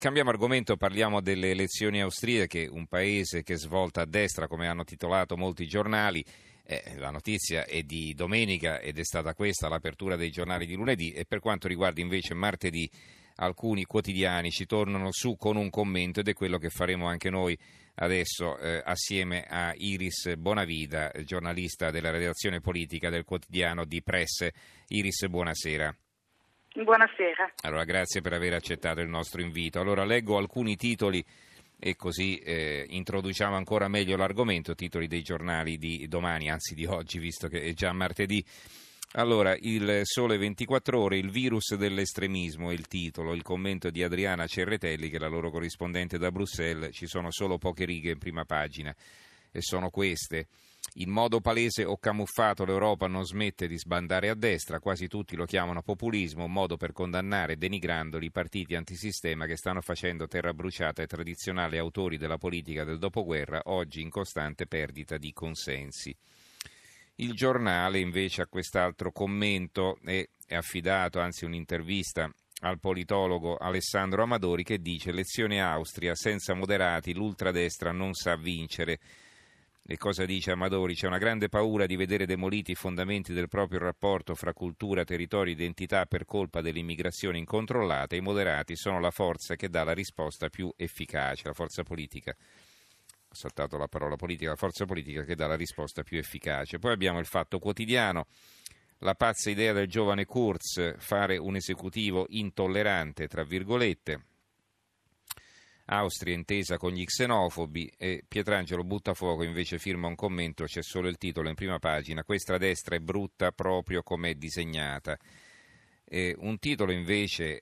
Cambiamo argomento, parliamo delle elezioni austriache, un paese che svolta a destra, come hanno titolato molti giornali. La notizia è di domenica ed è stata questa l'apertura dei giornali di lunedì, e per quanto riguarda invece martedì alcuni quotidiani ci tornano su con un commento, ed è quello che faremo anche noi adesso assieme a Iris Bonavida, giornalista della redazione politica del quotidiano Die Presse. Iris, buonasera. Buonasera. Allora, grazie per aver accettato il nostro invito. Allora, leggo alcuni titoli e così introduciamo ancora meglio l'argomento, titoli dei giornali di domani, anzi di oggi, visto che è già martedì. Allora, il Sole 24 Ore, il virus dell'estremismo è il titolo, il commento di Adriana Cerretelli, che è la loro corrispondente da Bruxelles. Ci sono solo poche righe in prima pagina e sono queste. In modo palese o camuffato l'Europa non smette di sbandare a destra, quasi tutti lo chiamano populismo, un modo per condannare denigrandoli i partiti antisistema che stanno facendo terra bruciata ai tradizionali autori della politica del dopoguerra, oggi in costante perdita di consensi. Il Giornale invece ha quest'altro commento, è affidato, anzi un'intervista al politologo Alessandro Amadori, che dice: lezione Austria, senza moderati l'ultradestra non sa vincere. E cosa dice Amadori? C'è una grande paura di vedere demoliti i fondamenti del proprio rapporto fra cultura, territorio e identità per colpa dell'immigrazione incontrollata. I moderati sono la forza che dà la risposta più efficace, la forza politica. Ho saltato la parola politica, la forza politica che dà la risposta più efficace. Poi abbiamo il Fatto Quotidiano, la pazza idea del giovane Kurz, fare un esecutivo intollerante, tra virgolette. Austria intesa con gli xenofobi, e Pietrangelo Buttafuoco invece firma un commento, c'è solo il titolo in prima pagina: questa destra è brutta proprio come è disegnata. Un titolo invece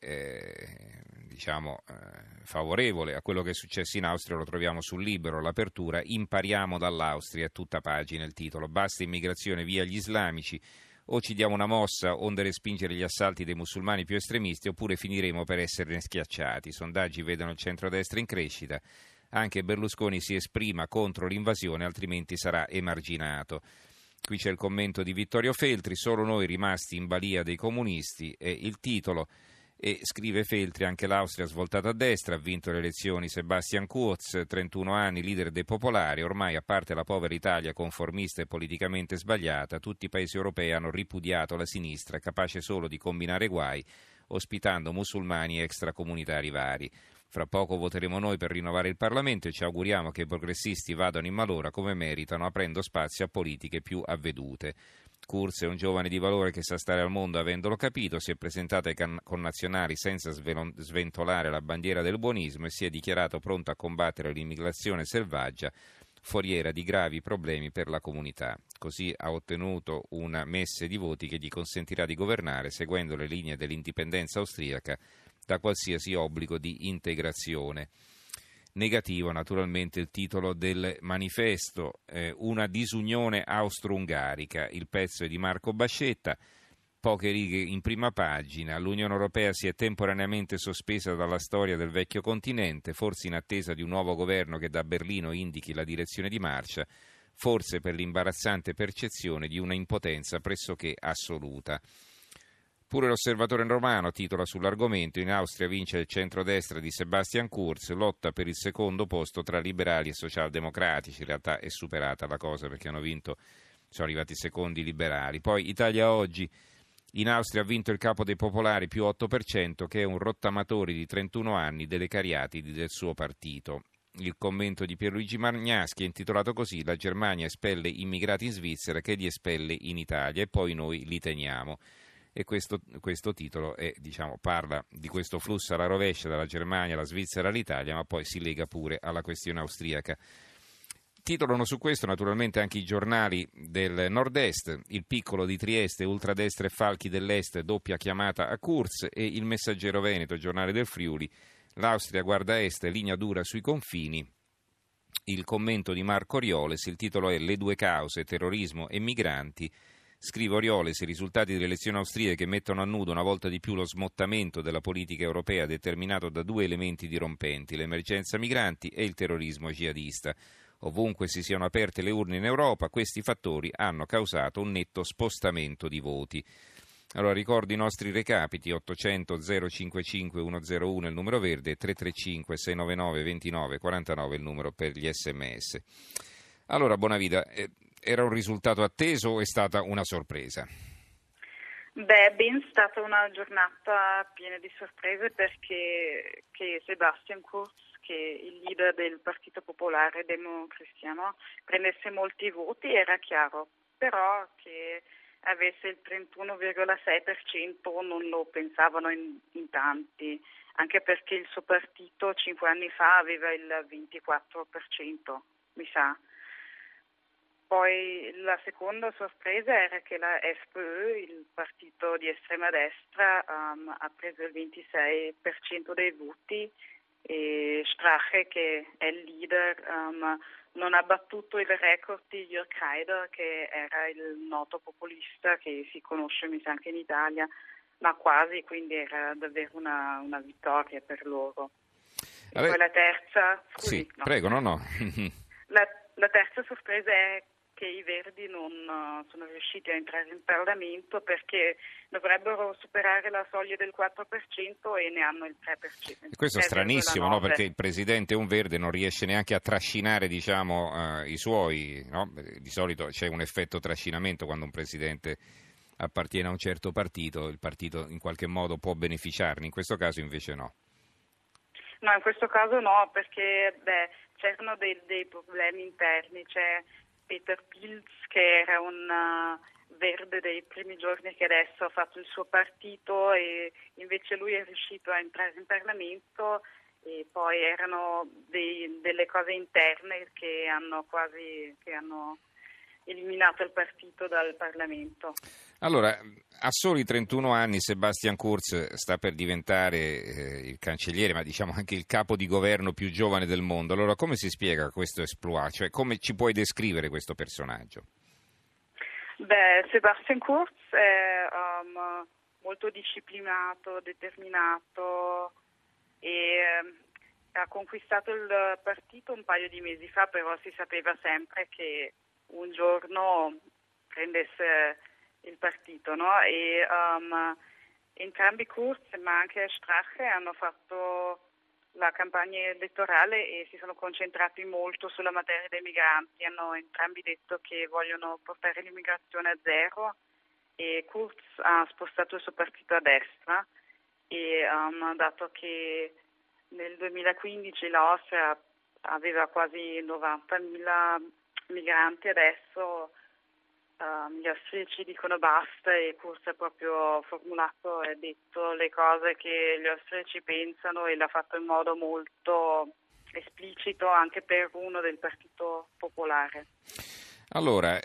favorevole a quello che è successo in Austria lo troviamo sul Libero, l'apertura: impariamo dall'Austria, è tutta pagina il titolo, basta immigrazione, via gli islamici, o ci diamo una mossa onde respingere gli assalti dei musulmani più estremisti, oppure finiremo per esserne schiacciati. I sondaggi vedono il centrodestra in crescita, anche Berlusconi si esprima contro l'invasione, altrimenti sarà emarginato. Qui c'è il commento di Vittorio Feltri: solo noi rimasti in balia dei comunisti, è il titolo. E scrive Feltri: anche l'Austria ha svoltato a destra, ha vinto le elezioni Sebastian Kurz, 31 anni, leader dei popolari. Ormai, a parte la povera Italia conformista e politicamente sbagliata, tutti i paesi europei hanno ripudiato la sinistra, capace solo di combinare guai, ospitando musulmani e extracomunitari vari. Fra poco voteremo noi per rinnovare il Parlamento e ci auguriamo che i progressisti vadano in malora come meritano, aprendo spazio a politiche più avvedute. Kurz è un giovane di valore che sa stare al mondo avendolo capito, si è presentato ai connazionali senza sventolare la bandiera del buonismo e si è dichiarato pronto a combattere l'immigrazione selvaggia, foriera di gravi problemi per la comunità. Così ha ottenuto una messe di voti che gli consentirà di governare seguendo le linee dell'indipendenza austriaca da qualsiasi obbligo di integrazione. Negativo naturalmente il titolo del manifesto, una disunione austro-ungarica. Il pezzo è di Marco Bascetta, poche righe in prima pagina. L'Unione Europea si è temporaneamente sospesa dalla storia del vecchio continente, forse in attesa di un nuovo governo che da Berlino indichi la direzione di marcia, forse per l'imbarazzante percezione di una impotenza pressoché assoluta. Pure l'Osservatore Romano titola sull'argomento: in Austria vince il centrodestra di Sebastian Kurz, lotta per il secondo posto tra liberali e socialdemocratici. In realtà è superata la cosa perché sono arrivati secondi liberali. Poi Italia Oggi: in Austria ha vinto il capo dei popolari più 8%, che è un rottamatore di 31 anni delle cariatidi del suo partito. Il commento di Pierluigi Magnaschi è intitolato così: la Germania espelle immigrati in Svizzera che li espelle in Italia e poi noi li teniamo. E questo titolo parla di questo flusso alla rovescia dalla Germania alla Svizzera all'Italia, ma poi si lega pure alla questione austriaca. Titolano su questo naturalmente anche i giornali del nord-est: il Piccolo di Trieste, ultradestra e falchi dell'est, doppia chiamata a Kurz, e il Messaggero Veneto, giornale del Friuli: l'Austria guarda est, linea dura sui confini. Il commento di Marco Orioles, il titolo è: le due cause, terrorismo e migranti. Scrive Orioles: i risultati delle elezioni austriache mettono a nudo una volta di più lo smottamento della politica europea determinato da due elementi dirompenti, l'emergenza migranti e il terrorismo jihadista. Ovunque si siano aperte le urne in Europa, questi fattori hanno causato un netto spostamento di voti. Allora ricordo i nostri recapiti: 800 055 101 il numero verde, 335 699 29 49 il numero per gli SMS. Allora Bonavita, era un risultato atteso o è stata una sorpresa? Beh, è stata una giornata piena di sorprese perché che Sebastian Kurz, che è il leader del Partito Popolare Democristiano, prendesse molti voti era chiaro, però che avesse il 31,6% non lo pensavano in tanti, anche perché il suo partito 5 anni fa aveva il 24%, mi sa. Poi la seconda sorpresa era che la FPÖ, il partito di estrema destra, ha preso il 26% dei voti e Strache, che è il leader, non ha battuto il record di Jörg Haider, che era il noto populista che si conosce mi sa anche in Italia, ma quasi, quindi era davvero una vittoria per loro. E poi la terza... Scusi, sì, no. prego, no. La terza sorpresa è che i Verdi non sono riusciti a entrare in Parlamento perché dovrebbero superare la soglia del 4% e ne hanno il 3%. E questo è stranissimo, no? Perché il presidente è un verde, non riesce neanche a trascinare, diciamo, i suoi, no? Di solito c'è un effetto trascinamento quando un presidente appartiene a un certo partito, il partito in qualche modo può beneficiarne, in questo caso invece no. No, in questo caso no, perché c'erano dei problemi interni, c'è Peter Pilz, che era un verde dei primi giorni, che adesso ha fatto il suo partito e invece lui è riuscito a entrare in Parlamento, e poi erano delle cose interne che hanno eliminato il partito dal Parlamento. Allora, a soli 31 anni Sebastian Kurz sta per diventare il cancelliere, ma diciamo anche il capo di governo più giovane del mondo. Allora, come si spiega questo exploit? Cioè, come ci puoi descrivere questo personaggio? Sebastian Kurz è molto disciplinato, determinato e ha conquistato il partito un paio di mesi fa, però si sapeva sempre che un giorno prendesse il partito, no? E entrambi Kurz ma anche Strache hanno fatto la campagna elettorale e si sono concentrati molto sulla materia dei migranti. Hanno entrambi detto che vogliono portare l'immigrazione a zero e Kurz ha spostato il suo partito a destra e dato che nel 2015 l'Austria aveva quasi 90.000 migranti, adesso gli austriaci dicono basta e Kurz ha proprio formulato e detto le cose che gli austriaci pensano e l'ha fatto in modo molto esplicito anche per uno del Partito Popolare. Allora,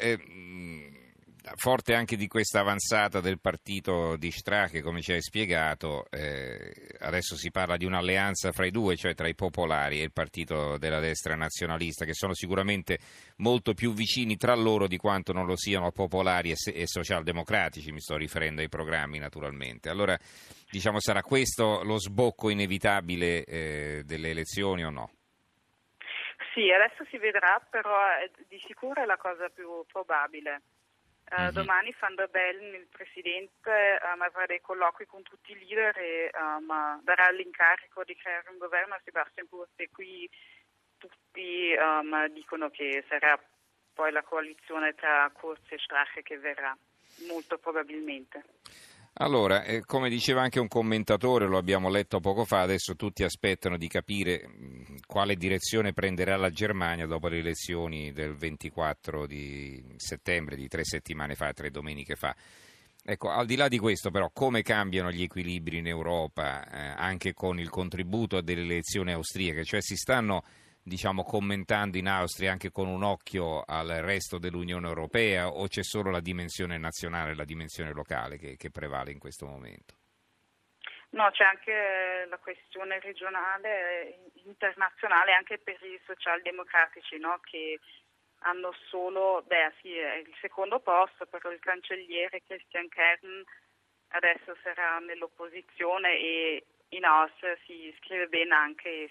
forte anche di questa avanzata del partito di Strache, come ci hai spiegato, adesso si parla di un'alleanza fra i due, cioè tra i popolari e il partito della destra nazionalista, che sono sicuramente molto più vicini tra loro di quanto non lo siano popolari e socialdemocratici, mi sto riferendo ai programmi naturalmente. Allora, diciamo, sarà questo lo sbocco inevitabile delle elezioni o no? Sì, adesso si vedrà, però di sicuro è la cosa più probabile. Domani Van der Bellen, il presidente, avrà dei colloqui con tutti i leader e darà l'incarico di creare un governo a Sebastian Kurz, e qui tutti dicono che sarà poi la coalizione tra Kurz e Strache che verrà, molto probabilmente. Allora, come diceva anche un commentatore, lo abbiamo letto poco fa, adesso tutti aspettano di capire quale direzione prenderà la Germania dopo le elezioni del 24 di settembre, di 3 settimane fa, 3 domeniche fa. Ecco, al di là di questo però, come cambiano gli equilibri in Europa, anche con il contributo delle elezioni austriache, cioè si stanno, diciamo, commentando in Austria anche con un occhio al resto dell'Unione Europea, o c'è solo la dimensione nazionale, la dimensione locale che prevale in questo momento? No, c'è anche la questione regionale, internazionale, anche per i socialdemocratici, no? Che hanno solo, è il secondo posto, però il cancelliere Christian Kern adesso sarà nell'opposizione e in Austria si scrive bene anche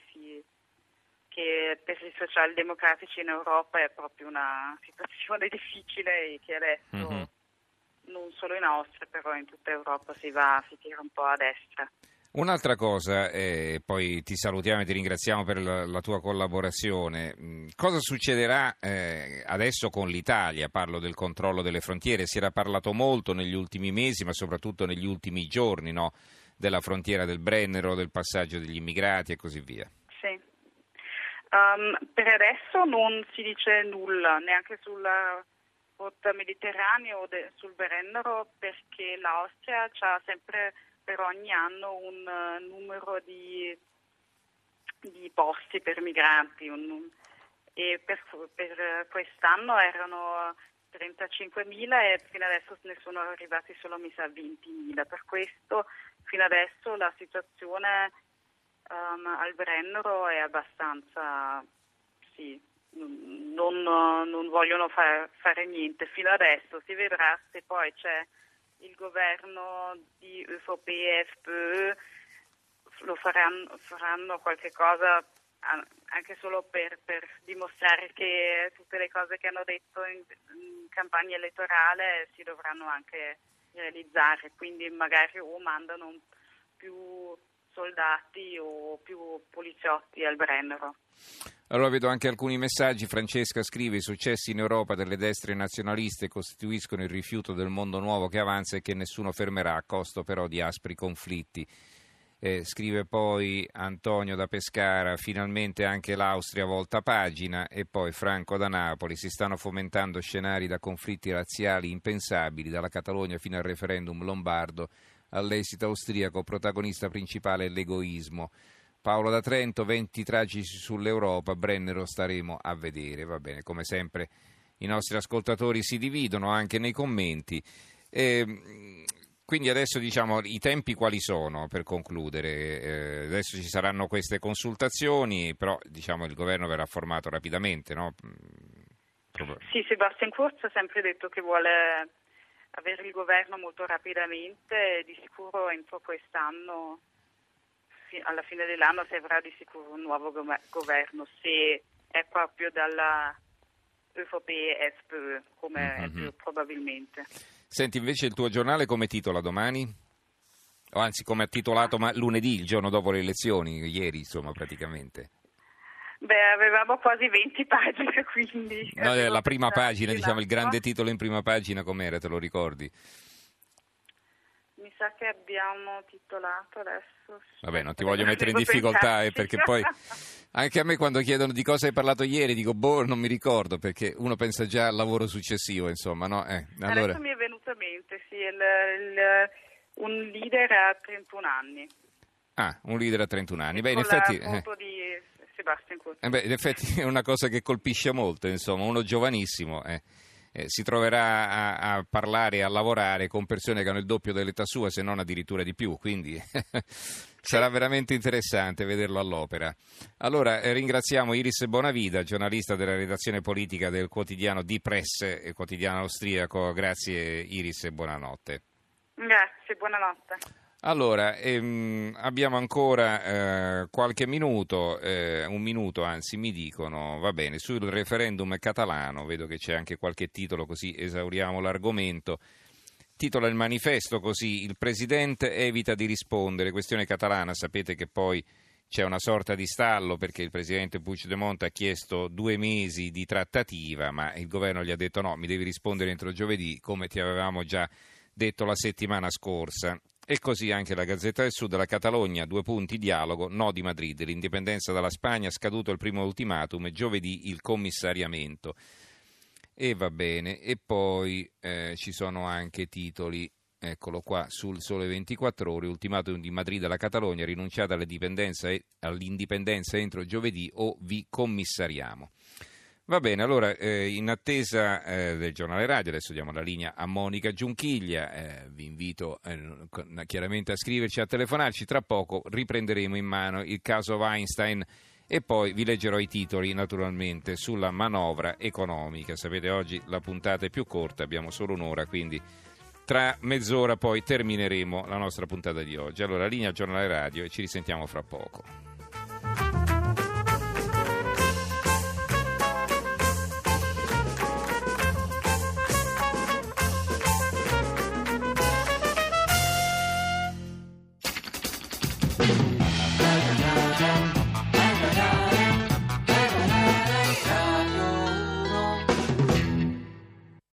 che per i socialdemocratici in Europa è proprio una situazione difficile e che adesso non solo in Austria, però in tutta Europa si tira un po' a destra. Un'altra cosa, poi ti salutiamo e ti ringraziamo per la tua collaborazione. Cosa succederà adesso con l'Italia? Parlo del controllo delle frontiere. Si era parlato molto negli ultimi mesi, ma soprattutto negli ultimi giorni, no? Della frontiera del Brennero, del passaggio degli immigrati e così via. Sì. Per adesso non si dice nulla, neanche sulla rotta mediterranea o sul Brennero, perché l'Austria c'ha sempre per ogni anno un numero di posti per migranti e per quest'anno erano 35.000 e fino adesso ne sono arrivati solo 20.000. Per questo fino adesso la situazione al Brennero è abbastanza, non vogliono fare niente. Fino adesso si vedrà se poi c'è il governo di ÖVP e FPÖ, lo faranno qualche cosa anche solo per dimostrare che tutte le cose che hanno detto in campagna elettorale si dovranno anche realizzare, quindi magari o mandano più soldati o più poliziotti al Brennero. Allora vedo anche alcuni messaggi. Francesca scrive: i successi in Europa delle destre nazionaliste costituiscono il rifiuto del mondo nuovo che avanza e che nessuno fermerà, a costo però di aspri conflitti. Scrive poi Antonio da Pescara: finalmente anche l'Austria volta pagina. E poi Franco da Napoli: si stanno fomentando scenari da conflitti razziali impensabili, dalla Catalogna fino al referendum lombardo, all'esito austriaco, protagonista principale è l'egoismo. Paolo da Trento: venti tragici sull'Europa, Brennero staremo a vedere. Va bene, come sempre i nostri ascoltatori si dividono anche nei commenti. Quindi adesso diciamo i tempi quali sono, per concludere? Adesso ci saranno queste consultazioni, però diciamo il governo verrà formato rapidamente, no? Sì, Sebastian Kurz ha sempre detto che vuole avere il governo molto rapidamente, di sicuro entro quest'anno, alla fine dell'anno si avrà di sicuro un nuovo governo, se è proprio dalla ÖVP e FPÖ, come è più probabilmente. Senti, invece il tuo giornale come titola domani? O anzi, come ha titolato lunedì, il giorno dopo le elezioni, ieri insomma praticamente. Beh, avevamo quasi 20 pagine, quindi... No, la prima pagina, diciamo, il grande titolo in prima pagina com'era, te lo ricordi? Mi sa che abbiamo titolato adesso... Vabbè, non ti voglio mettere in difficoltà, perché poi anche a me quando chiedono di cosa hai parlato ieri dico, non mi ricordo, perché uno pensa già al lavoro successivo, insomma, no? Allora... Adesso mi è venuto a mente, sì, un leader a 31 anni. Ah, un leader a 31 anni. Beh, in con effetti... la foto di Sebastian Kurz. In effetti è una cosa che colpisce molto, insomma, uno giovanissimo si troverà a parlare e a lavorare con persone che hanno il doppio dell'età sua, se non addirittura di più, quindi sarà veramente interessante vederlo all'opera. Allora ringraziamo Iris Bonavida, giornalista della redazione politica del quotidiano Die Presse, quotidiano austriaco. Grazie Iris e buonanotte. Grazie, buonanotte. Allora, abbiamo ancora qualche minuto, un minuto anzi mi dicono, va bene, sul referendum catalano, vedo che c'è anche qualche titolo così esauriamo l'argomento. Titola il manifesto così: il presidente evita di rispondere, questione catalana, sapete che poi c'è una sorta di stallo perché il presidente Puigdemont ha chiesto 2 mesi di trattativa, ma il governo gli ha detto no, mi devi rispondere entro giovedì, come ti avevamo già detto la settimana scorsa. E così anche la Gazzetta del Sud: la Catalogna, 2 punti, dialogo, no di Madrid, l'indipendenza dalla Spagna, scaduto il primo ultimatum, giovedì il commissariamento. E va bene, e poi ci sono anche titoli, eccolo qua, sul Sole 24 Ore, ultimatum di Madrid alla Catalogna, rinunciate all'indipendenza entro giovedì o vi commissariamo. Va bene, allora in attesa del giornale radio adesso diamo la linea a Monica Giunchiglia, vi invito chiaramente a scriverci, a telefonarci, tra poco riprenderemo in mano il caso Weinstein e poi vi leggerò i titoli naturalmente sulla manovra economica. Sapete, oggi la puntata è più corta, abbiamo solo un'ora, quindi tra mezz'ora poi termineremo la nostra puntata di oggi. Allora linea al giornale radio e ci risentiamo fra poco.